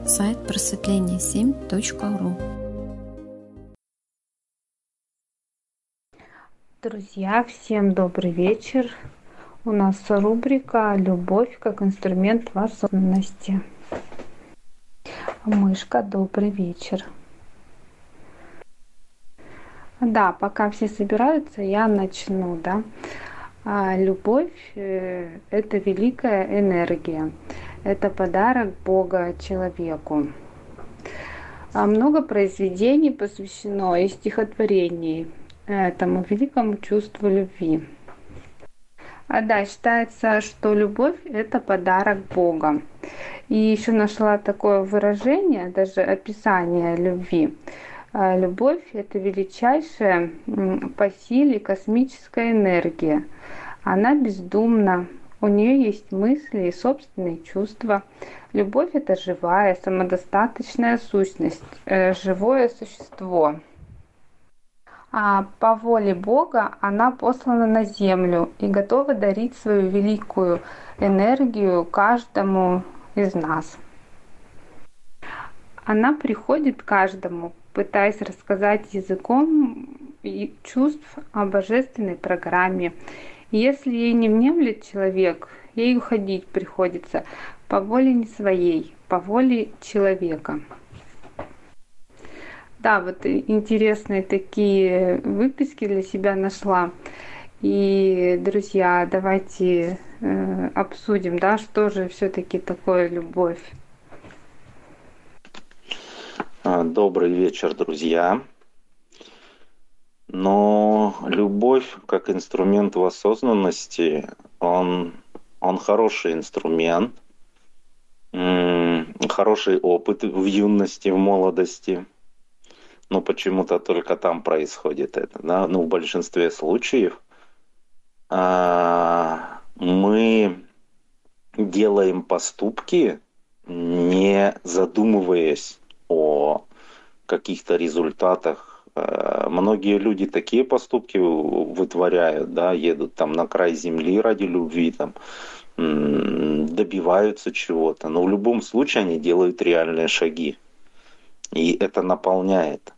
сайт просветление7.ру. Друзья, всем добрый вечер. У нас рубрика «Любовь как инструмент в осознанности». Мышка, добрый вечер. Да, пока все собираются, я начну, да. Любовь – это великая энергия, это подарок Бога человеку. Много произведений посвящено и стихотворений этому великому чувству любви. Да, считается, что любовь – это подарок Бога. И еще нашла такое выражение, даже описание любви. Любовь – это величайшая по силе космическая энергия. Она бездумна, у нее есть мысли и собственные чувства. Любовь – это живая, самодостаточная сущность, живое существо. А по воле Бога она послана на землю и готова дарить свою великую энергию каждому из нас. Она приходит каждому, пытаясь рассказать языком чувств о божественной программе. И если ей не внемлет человек, ей уходить приходится по воле не своей, по воле человека. Да, вот интересные такие выписки для себя нашла. И, друзья, давайте обсудим, да, что же все-таки такое любовь. Добрый вечер, друзья. Но любовь как инструмент в осознанности, он хороший инструмент, хороший опыт в юности, в молодости. Но почему-то только там происходит это. Да? Ну, в большинстве случаев мы делаем поступки, не задумываясь о каких-то результатах. Многие люди такие поступки вытворяют, да, едут там на край земли ради любви, там, добиваются чего-то. Но в любом случае они делают реальные шаги. И это наполняет.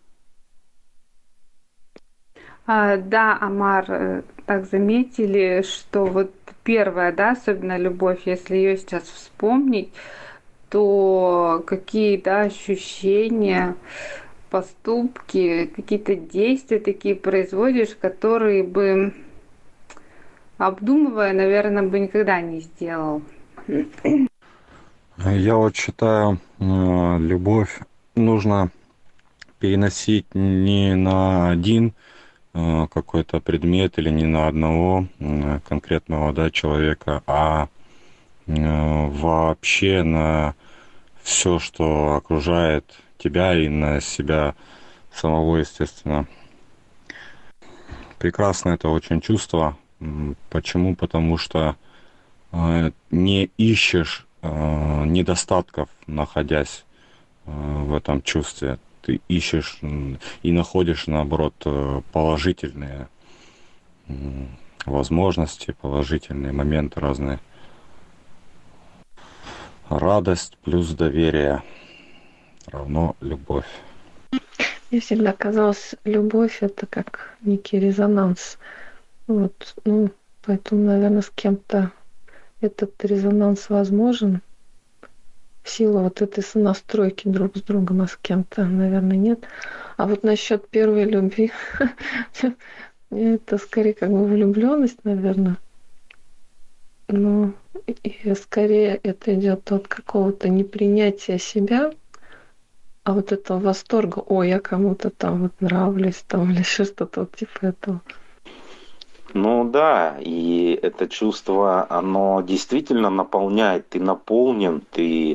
Да, Амар, так заметили, что вот первая, да, особенно любовь, если ее сейчас вспомнить, то какие, да, ощущения, поступки, какие-то действия такие производишь, которые бы, обдумывая, наверное, бы никогда не сделал. Я вот считаю, любовь нужно переносить не на один какой-то предмет или не на одного конкретного, да, человека, а вообще на все, что окружает тебя и на себя самого, естественно. Прекрасно это очень чувство. Почему? Потому что не ищешь недостатков, находясь в этом чувстве. Ты ищешь и находишь, наоборот, положительные возможности, положительные моменты разные. Радость плюс доверие равно любовь. Мне всегда казалось, любовь это как некий резонанс. Вот, ну, поэтому, наверное, с кем-то этот резонанс возможен в силу вот этой сонастройки друг с другом, а с кем-то, наверное, нет. А вот насчет первой любви, это скорее как бы влюбленность, наверное. Ну, и скорее это идет от какого-то непринятия себя, а вот этого восторга, ой, я кому-то там вот нравлюсь, там, или что-то вот типа этого. Ну да, и это чувство, оно действительно наполняет, ты наполнен, ты,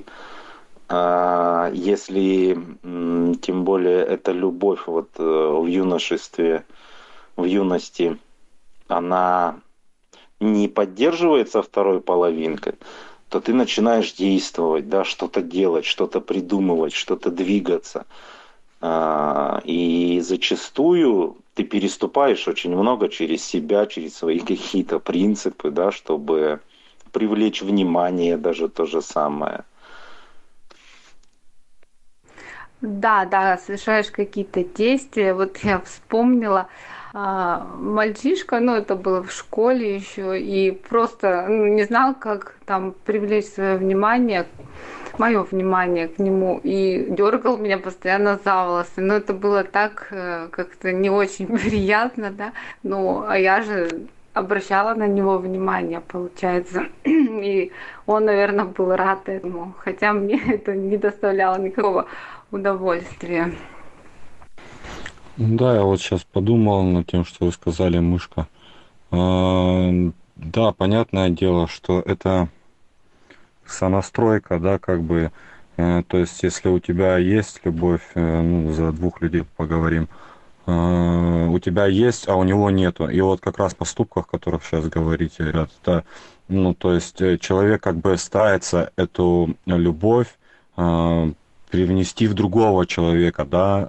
если тем более эта любовь вот в юношестве, в юности, она не поддерживается второй половинкой, то ты начинаешь действовать, да, что-то делать, что-то придумывать, что-то двигаться. И зачастую ты переступаешь очень много через себя, через свои какие-то принципы, да, чтобы привлечь внимание, даже то же самое. Да, да, совершаешь какие-то действия. Вот я вспомнила, мальчишка, ну это было в школе еще, и просто не знал, как там привлечь свое внимание, мое внимание к нему, и дергал меня постоянно за волосы. Но это было так как-то не очень приятно, да. Ну, а я же обращала на него внимание, получается. И он, наверное, был рад этому, хотя мне это не доставляло никакого удовольствия. Да, я вот сейчас подумал над тем, что вы сказали, мышка. Да, понятное дело, что это сонастройка, да, как бы, то есть, если у тебя есть любовь, ну, за двух людей поговорим, у тебя есть, а у него нету. И вот как раз в поступках, о которых сейчас говорите, ребят, это, ну, то есть, человек как бы старается эту любовь привнести в другого человека, да,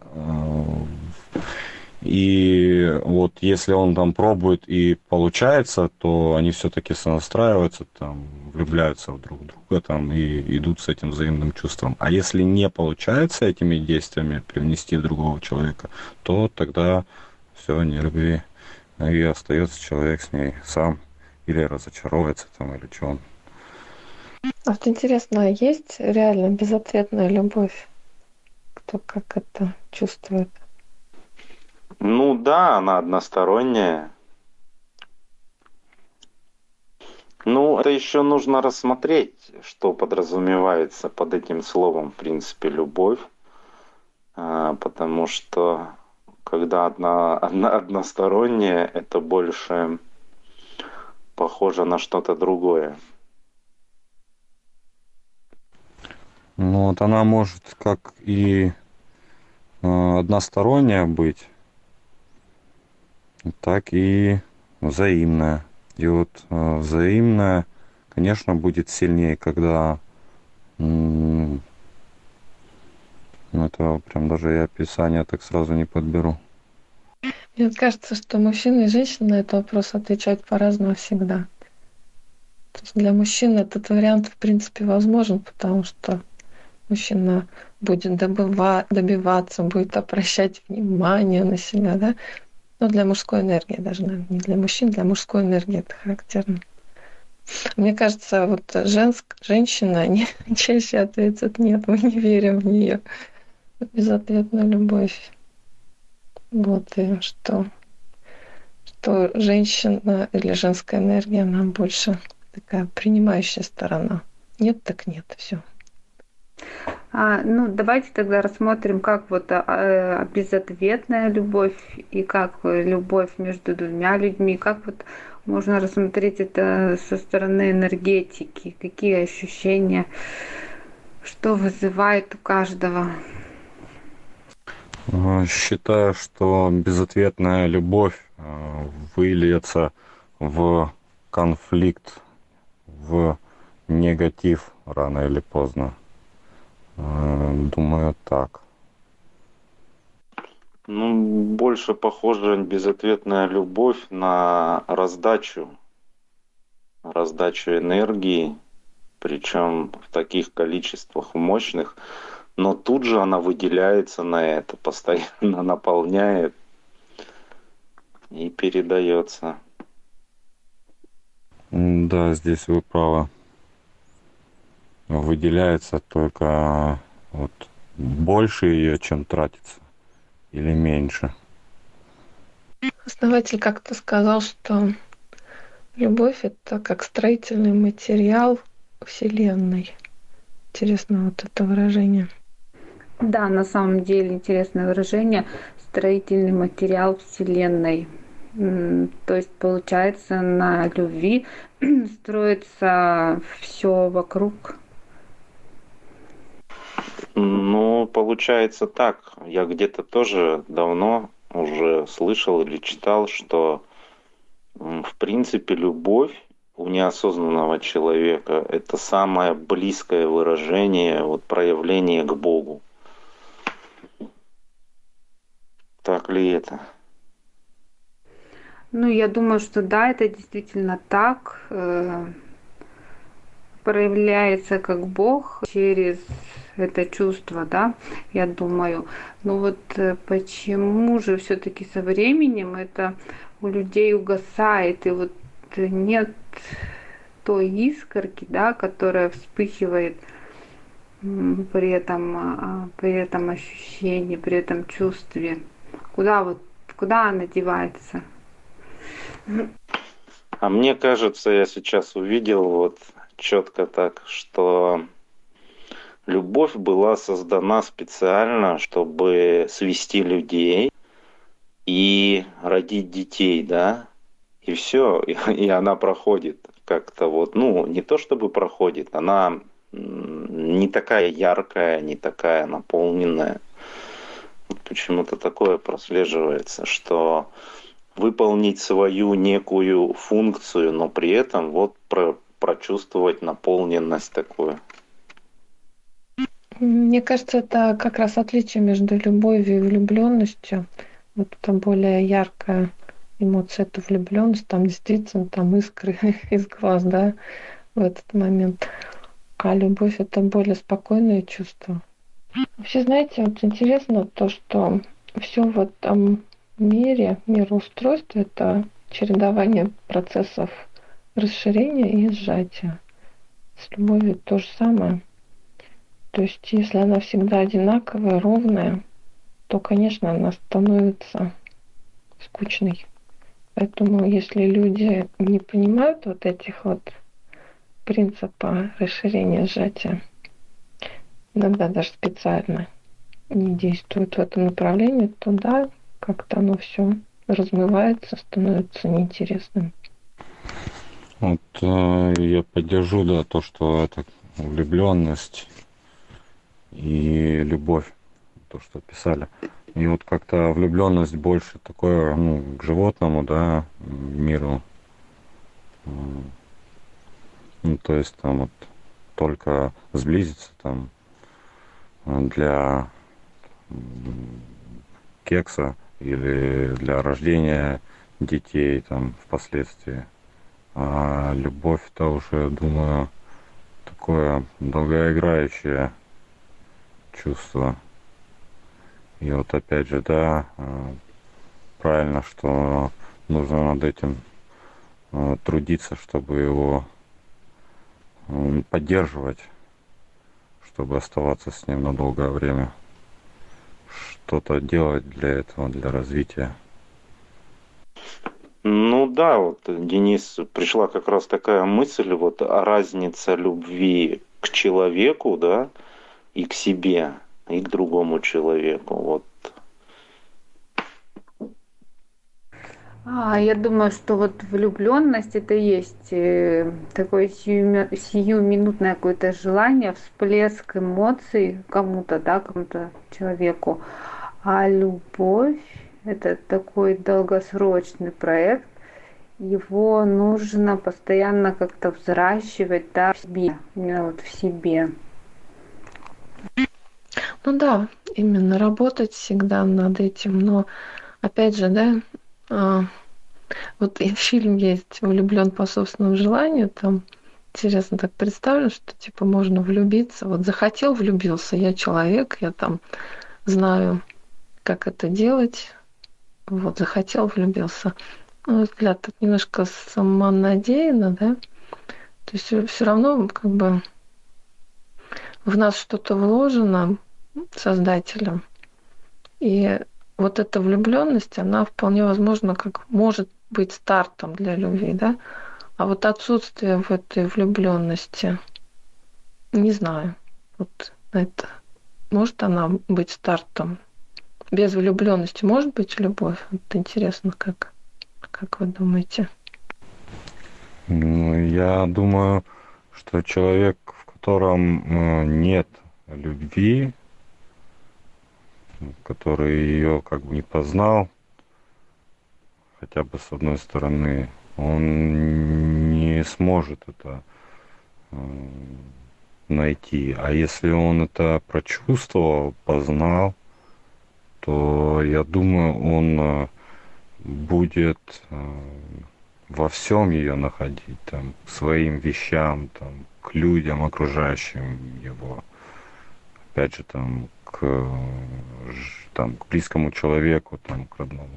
и вот если он там пробует и получается, то они все-таки сонастраиваются, там, влюбляются в друг друга там, и идут с этим взаимным чувством. А если не получается этими действиями привнести другого человека, то тогда все, не любви. И остается человек с ней сам или разочаровывается там, или что он. А вот интересно, а есть реально безответная любовь? Кто как это чувствует? Ну да, она односторонняя. Ну, это еще нужно рассмотреть, что подразумевается под этим словом, в принципе, любовь. Потому что когда односторонняя, это больше похоже на что-то другое. Ну вот она может как и односторонняя быть, так и взаимная. И вот взаимная, конечно, будет сильнее, когда ну, это прям даже и описание так сразу не подберу. Мне кажется, что мужчина и женщина на этот вопрос отвечают по-разному всегда. То есть для мужчин этот вариант, в принципе, возможен, потому что мужчина будет добиваться, будет обращать внимание на себя, да? Но для мужской энергии даже, наверное, не для мужчин, для мужской энергии это характерно. Мне кажется, вот женщина они чаще ответят нет, мы не верим в нее. Безответную любовь. Вот и что женщина или женская энергия, она больше такая принимающая сторона. Нет, так нет, все. Ну, давайте тогда рассмотрим, как вот безответная любовь и как любовь между двумя людьми, как вот можно рассмотреть это со стороны энергетики, какие ощущения, что вызывает у каждого. Считаю, что безответная любовь выльется в конфликт, в негатив рано или поздно. Думаю, так. Ну, больше похожа безответная любовь на раздачу энергии, причем в таких количествах мощных, но тут же она выделяется на это, постоянно наполняет и передается. Да, здесь вы правы. Выделяется только вот больше ее, чем тратится, или меньше. Основатель как-то сказал, что любовь это как строительный материал Вселенной. Интересно вот это выражение. Да, на самом деле интересное выражение строительный материал Вселенной. То есть получается на любви строится все вокруг. Ну, получается так. Я где-то тоже давно уже слышал или читал, что в принципе любовь у неосознанного человека это самое близкое выражение, вот проявление к Богу. Так ли это? Ну, я думаю, что да, это действительно так. Проявляется как Бог через это чувство, да, я думаю. Но вот почему же все-таки со временем это у людей угасает, и вот нет той искорки, да, которая вспыхивает при этом ощущении, при этом чувстве. Куда она девается? А мне кажется, я сейчас увидел вот четко так, что любовь была создана специально, чтобы свести людей и родить детей, да, и все, и она проходит как-то вот, ну, не то чтобы проходит, она не такая яркая, не такая наполненная. Вот почему-то такое прослеживается, что выполнить свою некую функцию, но при этом вот прочувствовать наполненность такую. Мне кажется, это как раз отличие между любовью и влюбленностью. Вот там более яркая эмоция — это влюбленность, там действительно там искры из глаз, да, в этот момент. А любовь — это более спокойное чувство. Вообще, знаете, вот интересно то, что все в этом мире, мироустройство — это чередование процессов расширения и сжатия. С любовью то же самое. То есть, если она всегда одинаковая, ровная, то, конечно, она становится скучной. Поэтому, если люди не понимают вот этих вот принципа расширения сжатия, иногда даже специально не действуют в этом направлении, то да, как-то оно все размывается, становится неинтересным. Вот я поддержу, да, то, что это влюбленность и любовь, то, что писали. И вот как-то влюбленность больше такое, ну, к животному, да, миру. Ну, то есть там вот только сблизиться там для кекса или для рождения детей там впоследствии. А любовь-то уже, думаю, такое долгоиграющее чувство. И вот опять же, да, правильно, что нужно над этим трудиться, чтобы его поддерживать, чтобы оставаться с ним на долгое время. Что-то делать для этого, для развития. Ну да, вот, Денис, пришла как раз такая мысль, вот разница любви к человеку, да, и к себе, и к другому человеку. Вот. Я думаю, что вот влюбленность это и есть такое сиюминутное какое-то желание, всплеск эмоций кому-то, да, кому-то человеку. А любовь это такой долгосрочный проект. Его нужно постоянно как-то взращивать, да, в себе, именно вот в себе. Ну да, именно работать всегда над этим, но опять же, да, вот и фильм есть «Влюблен по собственному желанию», там интересно так представлено, что типа можно влюбиться, вот захотел, влюбился, я человек, я там знаю, как это делать, вот захотел, влюбился. На мой взгляд, так немножко самонадеянно, да, то есть все равно как бы в нас что-то вложено создателем, и вот эта влюбленность, она вполне возможно, как может быть стартом для любви, да. А вот отсутствие в этой влюбленности, не знаю, вот это может она быть стартом? Без влюбленности может быть любовь? Вот интересно, как вы думаете? Ну, я думаю, что человек, в котором нет любви, который ее как бы не познал, хотя бы с одной стороны, он не сможет это найти. А если он это прочувствовал, познал, то я думаю, он будет во всем ее находить, там, к своим вещам, там, к людям, окружающим его. опять же, там, к близкому человеку, там, к родному.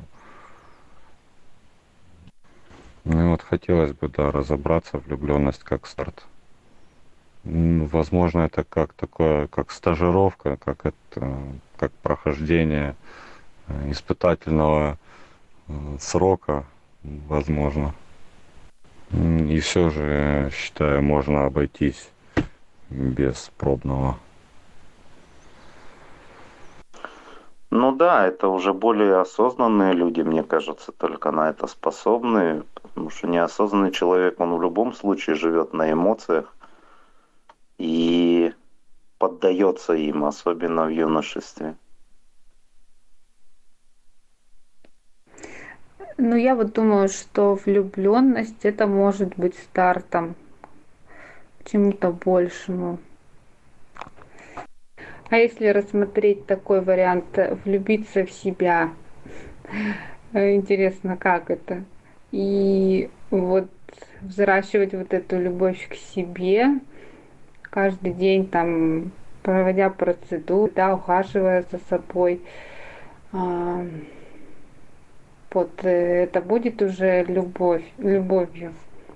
Ну и вот хотелось бы, да, разобраться, влюбленность как старт. Возможно, это как такое, как стажировка, как прохождение испытательного срока, возможно. И все же, считаю, можно обойтись без пробного. Ну да, это уже более осознанные люди, мне кажется, только на это способны, потому что неосознанный человек, он в любом случае живет на эмоциях и поддается им, особенно в юношестве. Ну, я вот думаю, что влюбленность это может быть стартом к чему-то большему. А если рассмотреть такой вариант, влюбиться в себя, интересно, как это? И вот взращивать вот эту любовь к себе, каждый день там проводя процедуру, да, ухаживая за собой, а, вот это будет уже любовью.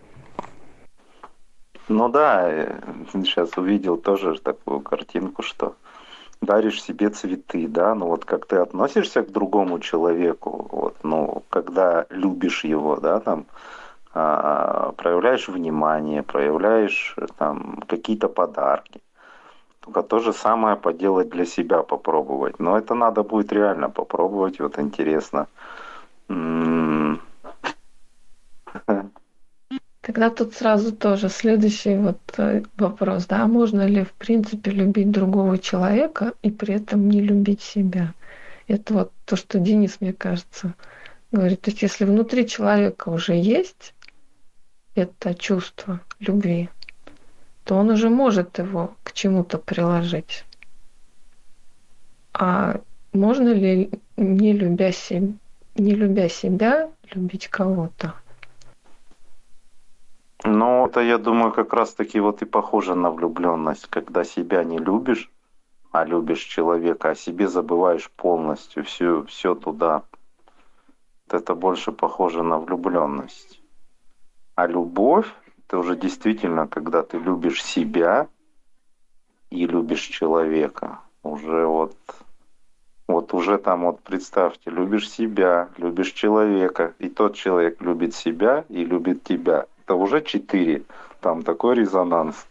Ну да, сейчас увидел тоже такую картинку, что даришь себе цветы, да, ну вот как ты относишься к другому человеку, вот, ну, когда любишь его, да, там, проявляешь внимание, проявляешь там какие-то подарки. Только то же самое поделать для себя попробовать. Но это надо будет реально попробовать, вот интересно. М, Тогда тут сразу тоже следующий вот вопрос, да, можно ли в принципе любить другого человека и при этом не любить себя? Это вот то, что Денис, мне кажется, говорит. То есть если внутри человека уже есть это чувство любви, то он уже может его к чему-то приложить. А можно ли, не любя себя, любить кого-то? Ну, это, я думаю, как раз-таки вот и похоже на влюбленность, когда себя не любишь, а любишь человека, о себе забываешь полностью, все туда. Вот это больше похоже на влюбленность. А любовь, это уже действительно, когда ты любишь себя и любишь человека. Уже вот уже там вот представьте, любишь себя, любишь человека, и тот человек любит себя и любит тебя. Это уже 4. Там такой резонанс.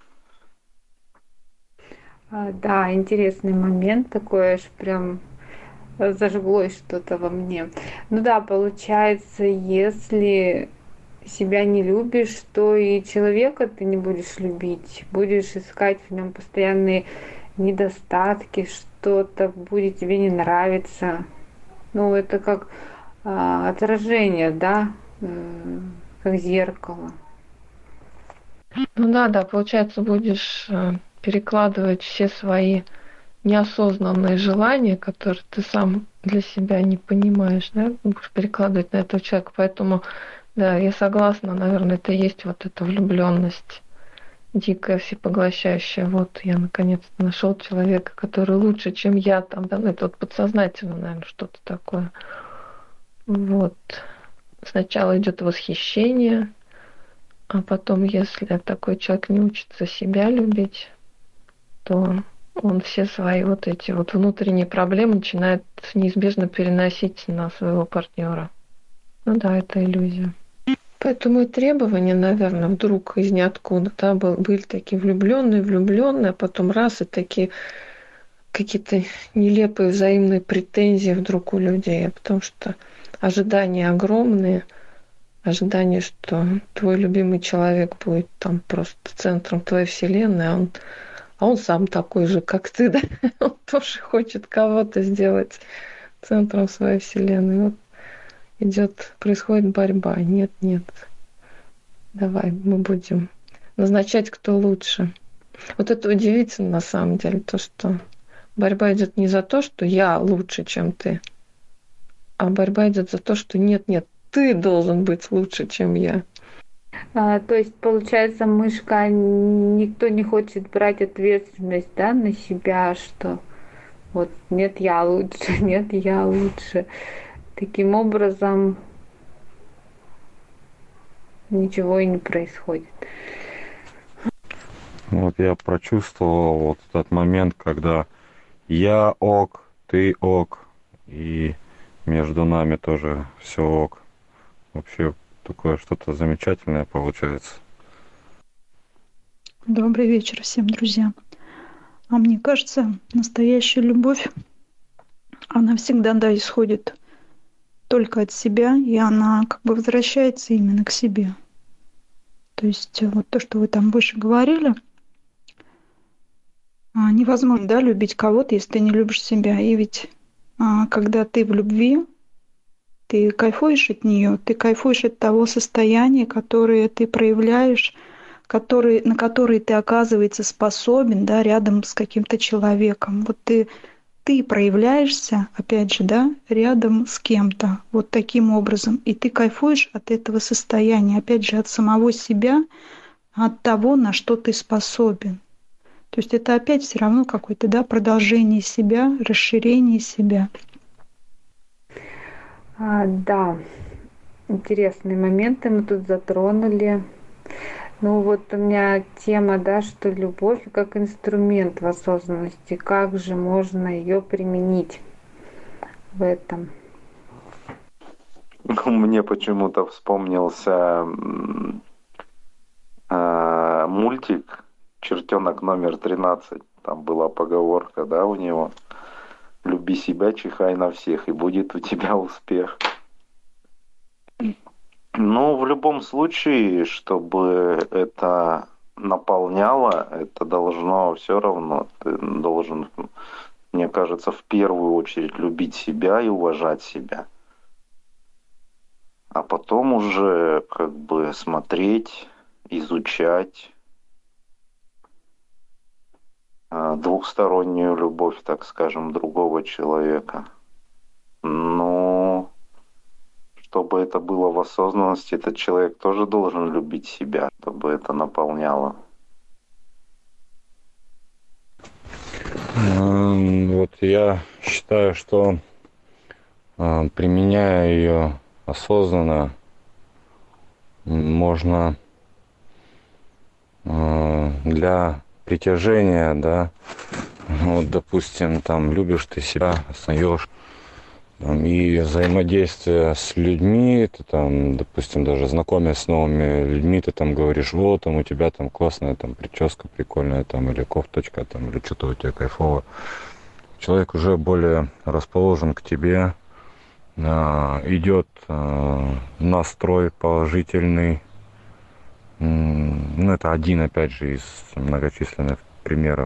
Да, интересный момент такой, аж прям зажглось что-то во мне. Ну да, получается, если себя не любишь, то и человека ты не будешь любить, будешь искать в нем постоянные недостатки, что-то будет тебе не нравиться. Ну, это как отражение, да, как зеркало. Ну да, да, получается, будешь перекладывать все свои неосознанные желания, которые ты сам для себя не понимаешь, да, будешь перекладывать на этого человека. Поэтому, да, я согласна, наверное, это и есть вот эта влюбленность дикая, всепоглощающая. Вот я наконец-то нашел человека, который лучше, чем я там, да, ну, это вот подсознательно, наверное, что-то такое. Вот. Сначала идет восхищение, а потом, если такой человек не учится себя любить, то он все свои вот эти вот внутренние проблемы начинает неизбежно переносить на своего партнера. Ну да, это иллюзия. Поэтому и требования, наверное, вдруг из ниоткуда, да, были такие влюбленные, а потом раз и такие какие-то нелепые взаимные претензии вдруг у людей, потому что ожидания огромные, ожидание, что твой любимый человек будет там просто центром твоей вселенной, а он сам такой же, как ты, да? Он тоже хочет кого-то сделать центром своей вселенной. Вот происходит борьба. Нет, давай, мы будем назначать, кто лучше. Вот это удивительно на самом деле, то, что борьба идет не за то, что я лучше, чем ты, а борьба идет за то, что нет, ты должен быть лучше, чем я. То есть, получается, мышка, никто не хочет брать ответственность, да, на себя, что вот нет, я лучше, нет, я лучше. Таким образом, ничего и не происходит. Вот я прочувствовал вот этот момент, когда я ок, ты ок, и между нами тоже все ок. Вообще такое что-то замечательное получается. Добрый вечер всем, друзья. А мне кажется, настоящая любовь, она всегда, да, исходит только от себя, и она как бы возвращается именно к себе. То есть вот то, что вы там выше говорили, невозможно, да, любить кого-то, если ты не любишь себя. И ведь когда ты в любви, ты кайфуешь от нее, ты кайфуешь от того состояния, которое ты проявляешь, на который ты, оказывается, способен, да, рядом с каким-то человеком. Вот ты проявляешься, опять же, да, рядом с кем-то, вот таким образом, и ты кайфуешь от этого состояния, опять же, от самого себя, от того, на что ты способен. То есть это опять все равно какое-то, да, продолжение себя, расширение себя. Да, интересные моменты мы тут затронули. Ну вот у меня тема, да, что любовь как инструмент в осознанности, как же можно ее применить в этом? Мне почему-то вспомнился мультик «Чертенок номер 13». Там была поговорка, да, у него: «Люби себя, чихай на всех, и будет у тебя успех». Ну, в любом случае, чтобы это наполняло, это должно все равно, ты должен, мне кажется, в первую очередь любить себя и уважать себя. А потом уже как бы смотреть, изучать двухстороннюю любовь, так скажем, другого человека. Но чтобы это было в осознанности, этот человек тоже должен любить себя, чтобы это наполняло. Вот я считаю, что применяя ее осознанно, можно для притяжения, да, вот, допустим, там любишь ты себя, осознаешь, и взаимодействие с людьми, ты там, допустим, даже знакомясь с новыми людьми, ты там говоришь: вот там у тебя там классная там прическа прикольная, там, или кофточка, там, или что-то у тебя кайфово. Человек уже более расположен к тебе, идет настрой положительный. Ну, это один, опять же, из многочисленных примеров.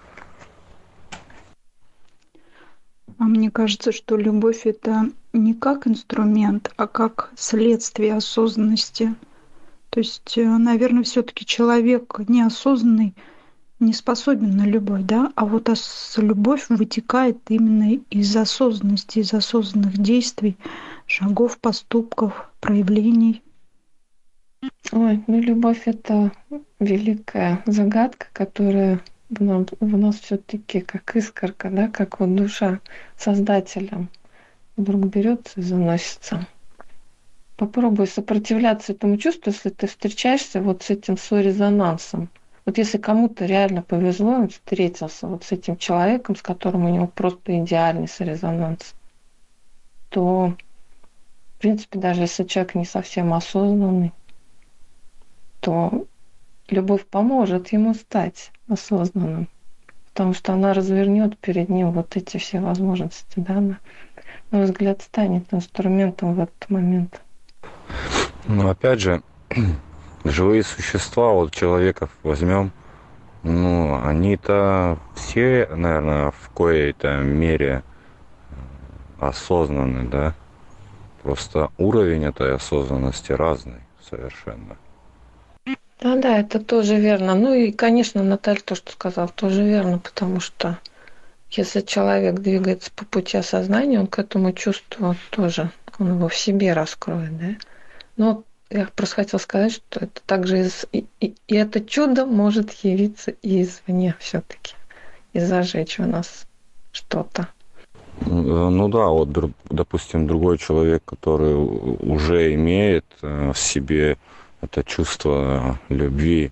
А мне кажется, что любовь это не как инструмент, а как следствие осознанности. То есть, наверное, все-таки человек неосознанный не способен на любовь, да, а вот любовь вытекает именно из осознанности, из осознанных действий, шагов, поступков, проявлений. Ой, ну любовь это великая загадка, которая в нас все-таки как искорка, да, как вот душа создателя вдруг берется и заносится. Попробуй сопротивляться этому чувству, если ты встречаешься вот с этим сорезонансом. Вот если кому-то реально повезло, он встретился вот с этим человеком, с которым у него просто идеальный сорезонанс, то, в принципе, даже если человек не совсем осознанный, то любовь поможет ему стать осознанным, потому что она развернет перед ним вот эти все возможности, да, на мой взгляд, станет инструментом в этот момент. Но опять же, живые существа, вот человеков возьмем, ну, они-то все, наверное, в коей-то мере осознанны, да? Просто уровень этой осознанности разный совершенно. Да, это тоже верно. Ну и, конечно, Наталья то, что сказала, тоже верно, потому что если человек двигается по пути осознания, он к этому чувству тоже, он его в себе раскроет, да. Но я просто хотела сказать, что это также и это чудо может явиться и извне все-таки, и зажечь в нас что-то. Ну да, вот, допустим, другой человек, который уже имеет в себе это чувство любви,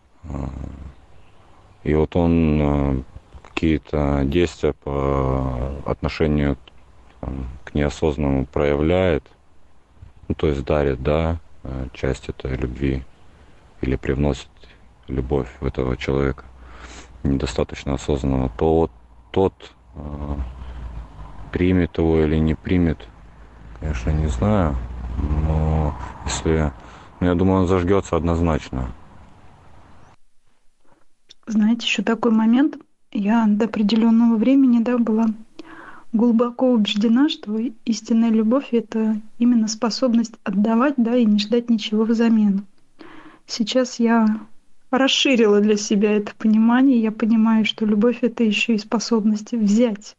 и вот он какие-то действия по отношению к неосознанному проявляет, ну, то есть дарит, да, часть этой любви или привносит любовь в этого человека недостаточно осознанного, то вот тот примет его или не примет, конечно, не знаю, но если, ну, я думаю, он зажгется однозначно. Знаете, еще такой момент. Я до определенного времени, да, была глубоко убеждена, что истинная любовь — это именно способность отдавать, да, и не ждать ничего взамен. Сейчас я расширила для себя это понимание. Я понимаю, что любовь — это еще и способность взять.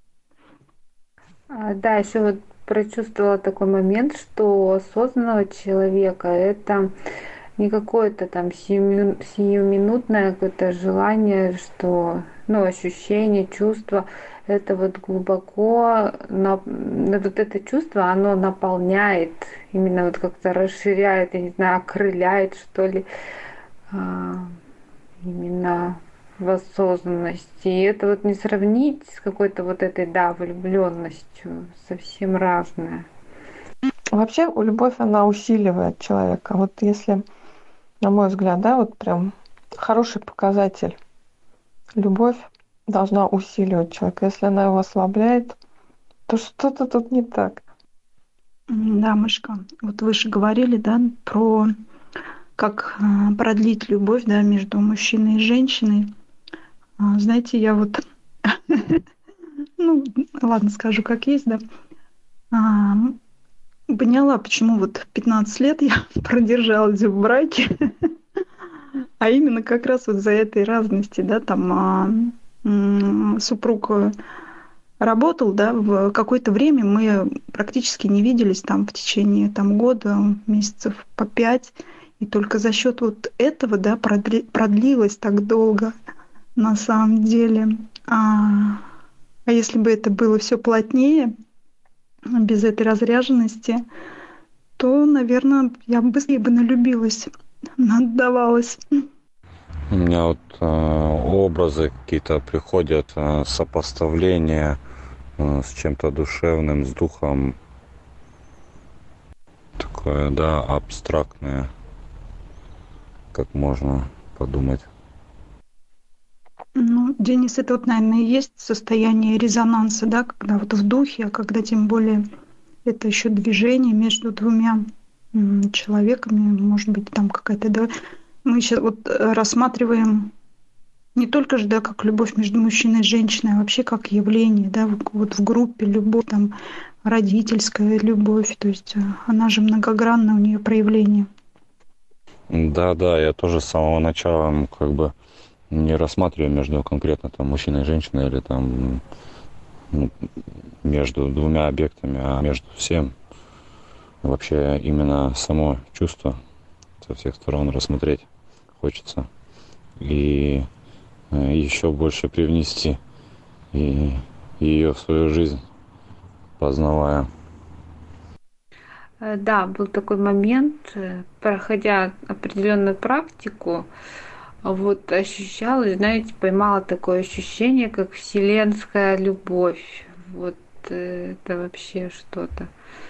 Да, еще вот прочувствовала такой момент, что осознанного человека это не какое-то там сиюминутное какое-то желание, что, ну, ощущение, чувство, это вот глубоко, вот это чувство, оно наполняет, именно вот как-то расширяет, я не знаю, окрыляет, что ли, а, именно в осознанности. И это вот не сравнить с какой-то вот этой, да, влюбленностью, совсем разное. Вообще, любовь, она усиливает человека. Вот если, на мой взгляд, да, вот прям хороший показатель. Любовь должна усиливать человека. Если она его ослабляет, то что-то тут не так. Да, Мышка, вот вы же говорили, да, про как продлить любовь, да, между мужчиной и женщиной. Знаете, я вот, ну, ладно, скажу как есть, да, а, поняла, почему вот 15 лет я продержалась в браке, а именно как раз вот за этой разности, да, там супруг работал, да, в какое-то время мы практически не виделись там в течение там года, месяцев по 5, и только за счет вот этого, да, продлилось так долго на самом деле. А если бы это было все плотнее, без этой разряженности, то, наверное, я бы быстрее бы налюбилась, отдавалась. У меня вот образы какие-то приходят, сопоставления с чем-то душевным, с духом. Такое, да, абстрактное, как можно подумать. Ну, Денис, это вот, наверное, и есть состояние резонанса, да, когда вот в духе, а когда тем более это еще движение между двумя человеками, может быть, там какая-то, да, мы сейчас вот рассматриваем не только же, да, как любовь между мужчиной и женщиной, а вообще как явление, да, вот в группе любовь, там, родительская любовь, то есть она же многогранна, у нее проявление. Да, да, я тоже с самого начала как бы не рассматриваю между конкретно там мужчиной и женщиной или там между двумя объектами, а между всем. Вообще именно само чувство со всех сторон рассмотреть хочется. И еще больше привнести и ее в свою жизнь, познавая. Да, был такой момент, проходя определенную практику, вот ощущалось, знаете, поймала такое ощущение, как вселенская любовь. Вот это вообще что-то.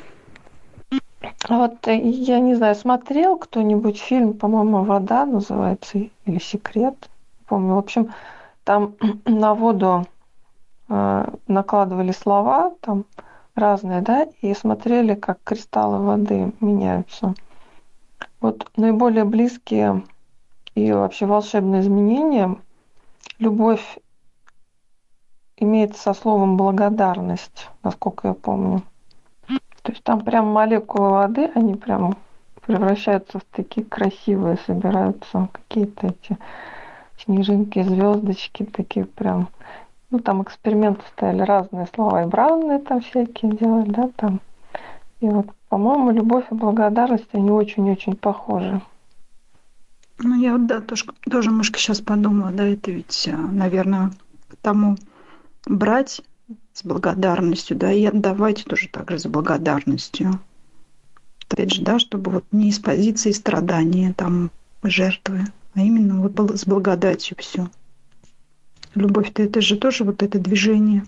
Вот я не знаю, смотрел кто-нибудь фильм, по-моему, «Вода» называется, или «Секрет», не помню. В общем, там на воду накладывали слова, там разные, да, и смотрели, как кристаллы воды меняются. Вот наиболее близкие и вообще волшебные изменения любовь имеет со словом благодарность, насколько я помню. То есть там прям молекулы воды, они прям превращаются в такие красивые, собираются какие-то эти снежинки, звездочки, такие прям. Ну, там эксперименты ставили разные слова, и бранные там всякие делали, да, там И вот, по-моему, любовь и благодарность, они очень-очень похожи. Ну, я вот, да, тоже немножко сейчас подумала, да, это ведь, наверное, к тому брать с благодарностью, да, и отдавать тоже так же с благодарностью. Опять же, да, чтобы вот не из позиции страдания, там, жертвы, а именно вот с благодатью все. Любовь-то это же тоже вот это движение.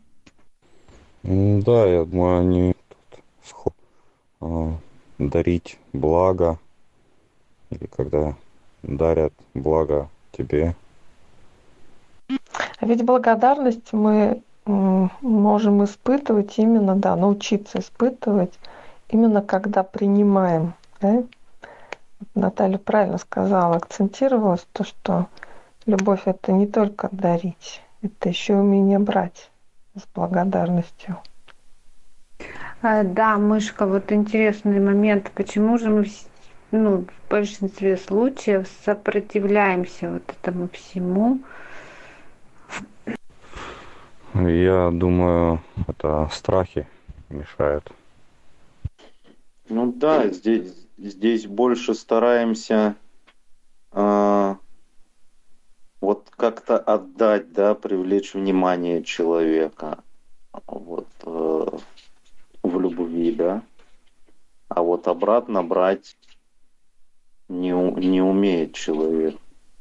Да, я думаю, они а, дарить благо, или когда дарят благо тебе. А ведь благодарность мы можем испытывать именно, да, научиться испытывать именно когда принимаем. Да? Наталья правильно сказала, акцентировалась то, что любовь это не только дарить, это еще умение брать с благодарностью. Да, Мышка, вот интересный момент. Почему же мы ну, в большинстве случаев сопротивляемся вот этому всему? Я думаю, это страхи мешают. Ну да, здесь больше стараемся а, вот как-то отдать, да, привлечь внимание человека вот, в любви, да. А вот обратно брать не умеет человек.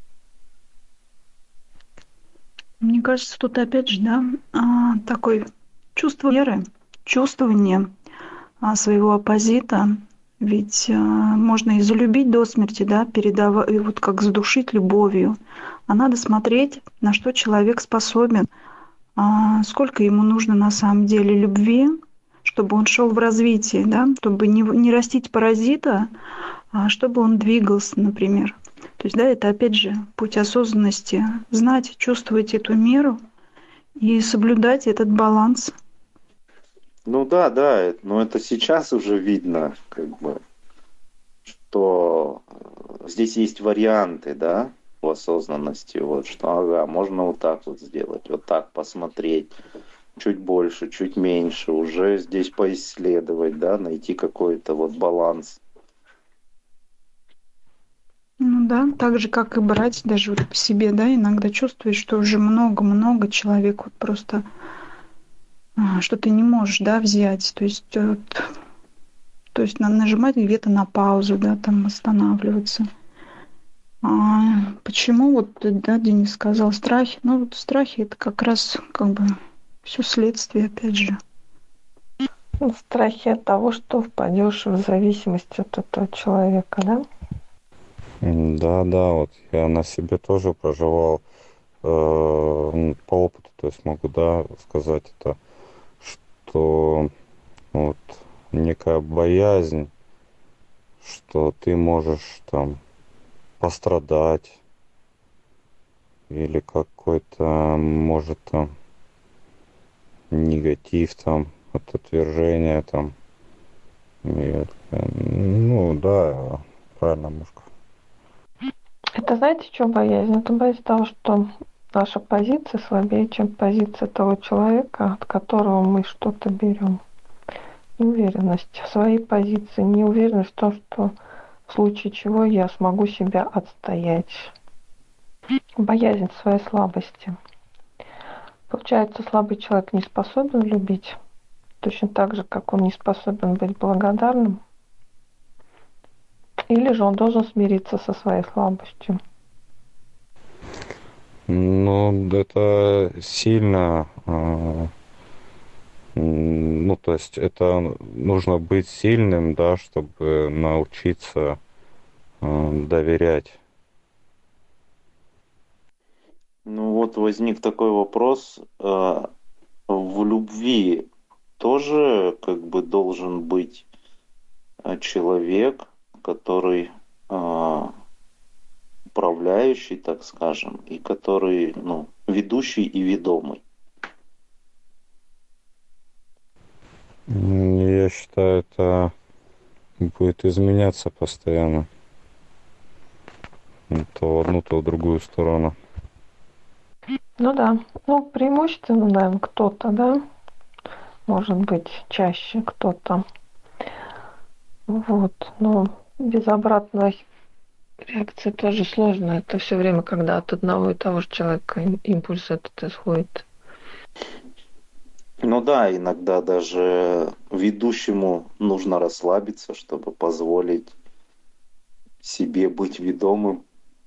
Мне кажется, тут опять же, да, такое чувство веры, чувствование своего оппозита. Ведь можно и залюбить до смерти, да, передавать, вот как задушить любовью. А надо смотреть, на что человек способен, сколько ему нужно на самом деле любви, чтобы он шел в развитие, да, чтобы не растить паразита, а чтобы он двигался, например. То есть, да, это опять же путь осознанности, знать, чувствовать эту меру и соблюдать этот баланс. Ну да, да, но это сейчас уже видно, как бы, что здесь есть варианты, да, в осознанности, вот, что, ага, можно вот так вот сделать, вот так посмотреть, чуть больше, чуть меньше, уже здесь поисследовать, да, найти какой-то вот баланс. Ну да, так же, как и брать даже вот по себе, да, иногда чувствуешь, что уже много-много человек вот просто, что ты не можешь, да, взять. То есть, надо нажимать где-то на паузу, да, там останавливаться. Почему вот, да, Денис сказал страхи? Ну вот страхи это как раз как бы все следствие, опять же. Страхи от того, что впадешь в зависимость от этого человека, да? Да, да, вот я на себе тоже проживал по опыту, то есть могу, да, сказать это, что вот некая боязнь, что ты можешь там пострадать или какой-то, может, там негатив там от отвержения там. И, ну да, правильно, мушка. Это знаете, что боязнь? Это боязнь того, что наша позиция слабее, чем позиция того человека, от которого мы что-то берем. Неуверенность в своей позиции, неуверенность в том, что в случае чего я смогу себя отстоять. Боязнь своей слабости. Получается, слабый человек не способен любить, точно так же, как он не способен быть благодарным. Или же он должен смириться со своей слабостью. Ну, это сильно, ну, то есть это нужно быть сильным, да, чтобы научиться доверять. Ну вот возник такой вопрос, в любви тоже как бы должен быть человек, который управляющий, так скажем, и который, ну, ведущий и ведомый. Я считаю, это будет изменяться постоянно. То в одну, то в другую сторону. Ну да. Ну, преимущественно, наверное, кто-то, да, может быть, чаще кто-то Вот. Но без обратной реакции тоже сложно. Это все время, когда от одного и того же человека импульс этот исходит. Ну да, иногда даже ведущему нужно расслабиться, чтобы позволить себе быть ведомым.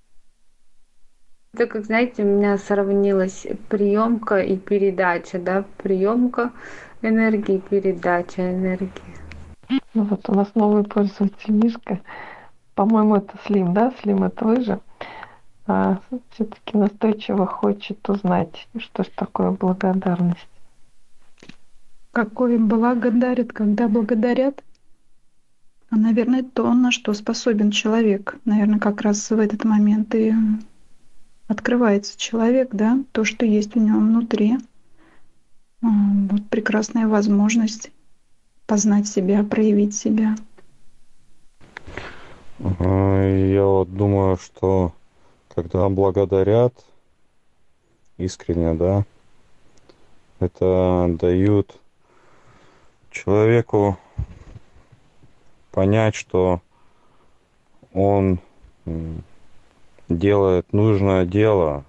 Это как, знаете, у меня сравнилась приемка и передача, да, приемка энергии, передача энергии. Ну вот у нас новый пользователь Мишка. По-моему, это Слим, да? Слим, это вы же? Все-таки настойчиво хочет узнать, что ж такое благодарность. Какое благодарят, когда благодарят? А, наверное, это то, на что способен человек. Наверное, как раз в этот момент и открывается человек, да, то, что есть у него внутри. Вот прекрасная возможность познать себя, проявить себя. Я вот думаю, что когда благодарят искренне, да, это дают человеку понять, что он делает нужное дело,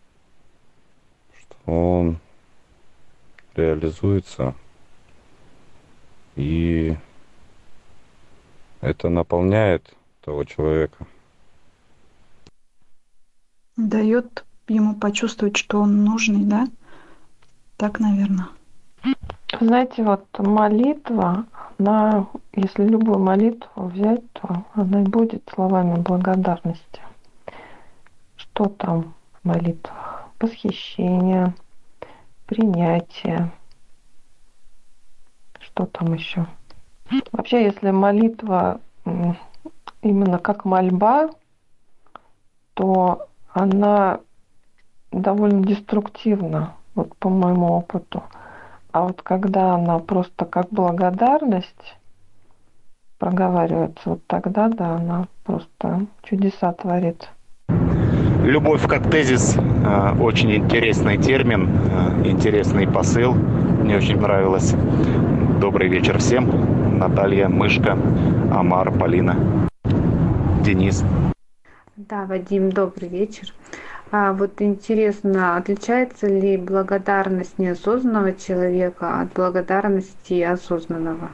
что он реализуется, и это наполняет того человека. Дает ему почувствовать, что он нужный, да? Так, наверное. Знаете, вот молитва, она, если любую молитву взять, то она и будет словами благодарности. Что там в молитвах? Восхищение, принятие. Что там еще? Вообще, если молитва именно как мольба, то она довольно деструктивна, вот по моему опыту. А вот когда она просто как благодарность проговаривается, вот тогда, да, она просто чудеса творит. Любовь как тезис, очень интересный термин, интересный посыл. Мне очень нравилось. Добрый вечер всем. Наталья, Мышка, Амар, Полина, Денис. Да, Вадим, добрый вечер. Вот интересно, отличается ли благодарность неосознанного человека от благодарности осознанного?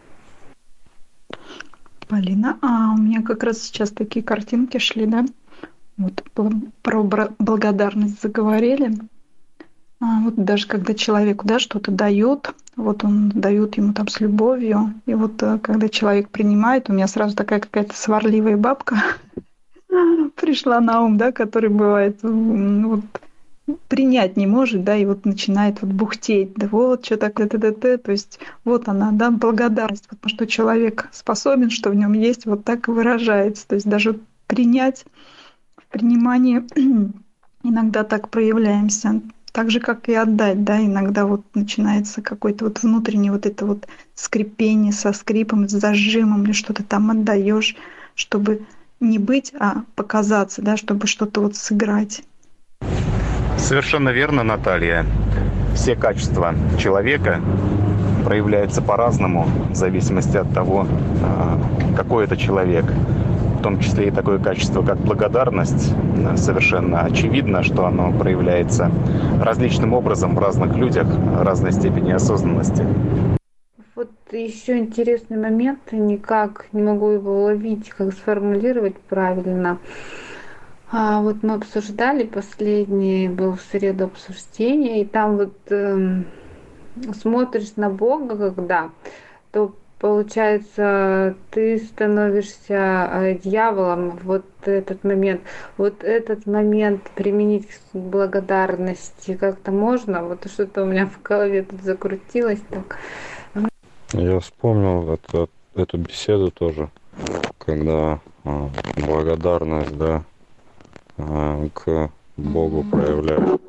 Полина, у меня как раз сейчас такие картинки шли, да? Вот про благодарность заговорили. Вот даже когда человеку, да, что-то дают, вот он дает ему там с любовью, и вот когда человек принимает, у меня сразу такая какая-то сварливая бабка пришла на ум, да, который бывает, вот, принять не может, да, и вот начинает вот бухтеть, да вот, что такое, т-т-т, то есть вот она, да, благодарность, вот на что человек способен, что в нем есть, вот так и выражается, то есть даже принять, в принимании иногда так проявляемся, так же, как и отдать, да, иногда вот начинается какое-то вот внутреннее вот это вот скрипение со скрипом, с зажимом, или что-то там отдаешь, чтобы не быть, а показаться, да, чтобы что-то вот сыграть. Совершенно верно, Наталья. Все качества человека проявляются по-разному, в зависимости от того, какой это человек. В том числе и такое качество, как благодарность. Совершенно очевидно, что оно проявляется различным образом в разных людях, разной степени осознанности. Вот еще интересный момент, никак не могу его уловить, как сформулировать правильно. Вот мы обсуждали, последний был в среду обсуждение, и там вот смотришь на Бога, когда, то получается, ты становишься дьяволом вот этот момент применить к благодарности как-то можно, вот что-то у меня в голове тут закрутилось так. Я вспомнил эту беседу тоже, когда благодарность, да, к Богу проявляет.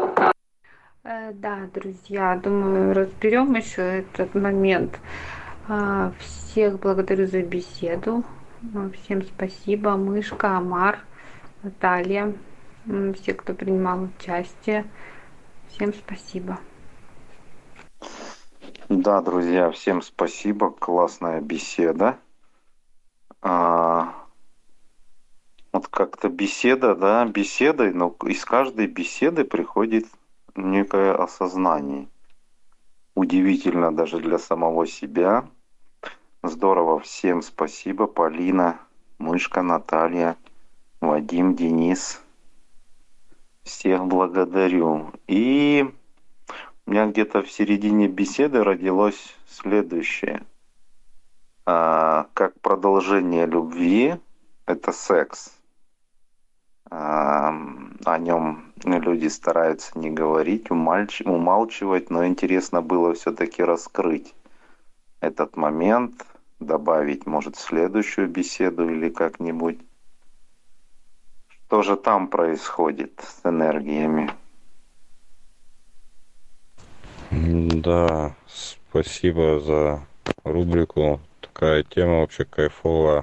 Да, друзья, думаю, разберем еще этот момент. Всех благодарю за беседу. Всем спасибо. Мышка, Амар, Наталья, все, кто принимал участие. Всем спасибо. Да, друзья, всем спасибо. Классная беседа. а, вот как-то беседа, да, беседой, но из каждой беседы приходит некое осознание. Удивительно даже для самого себя. Здорово, всем спасибо. Полина, Мышка, Наталья, Вадим, Денис. Всех благодарю. И у меня где-то в середине беседы родилось следующее. Как продолжение любви – это секс. О нем люди стараются не говорить, умалчивать, но интересно было все-таки раскрыть этот момент, добавить, может, в следующую беседу или как-нибудь. Что же там происходит с энергиями? Да, спасибо за рубрику. Такая тема вообще кайфовая.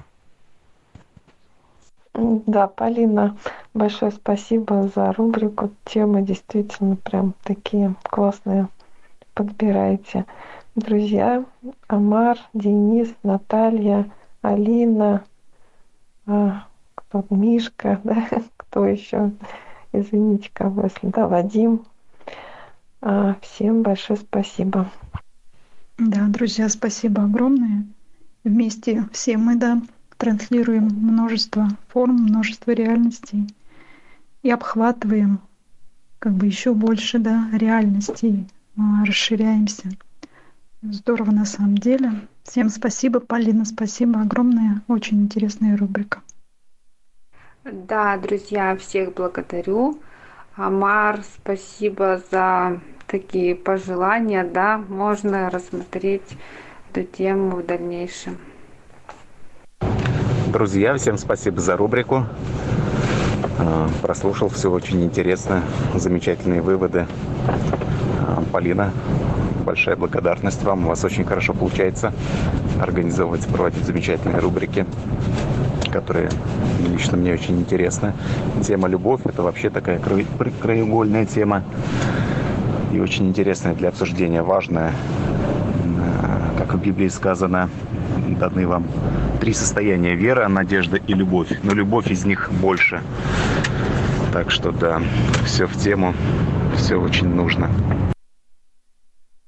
Да, Полина, большое спасибо за рубрику. Темы действительно прям такие классные подбираете. Друзья, Амар, Денис, Наталья, Алина, кто Мишка, да, кто еще, извините, кого, если да, Вадим. Всем большое спасибо. Да, друзья, спасибо огромное. Вместе все мы, да, транслируем множество форм, множество реальностей и обхватываем как бы еще больше, да, реальностей, расширяемся. Здорово на самом деле. Всем спасибо, Полина, спасибо огромное. Очень интересная рубрика. Да, друзья, всех благодарю. Амар, спасибо за такие пожелания. Да, можно рассмотреть эту тему в дальнейшем. Друзья, всем спасибо за рубрику. Прослушал, все очень интересно. Замечательные выводы. Полина, большая благодарность вам. У вас очень хорошо получается организовывать, проводить замечательные рубрики, которые лично мне очень интересны. Тема «Любовь» — это вообще такая краеугольная тема и очень интересная для обсуждения, важная. Как в Библии сказано, даны вам 3 состояния: вера, надежда и любовь. Но любовь из них больше. Так что да, все в тему, все очень нужно.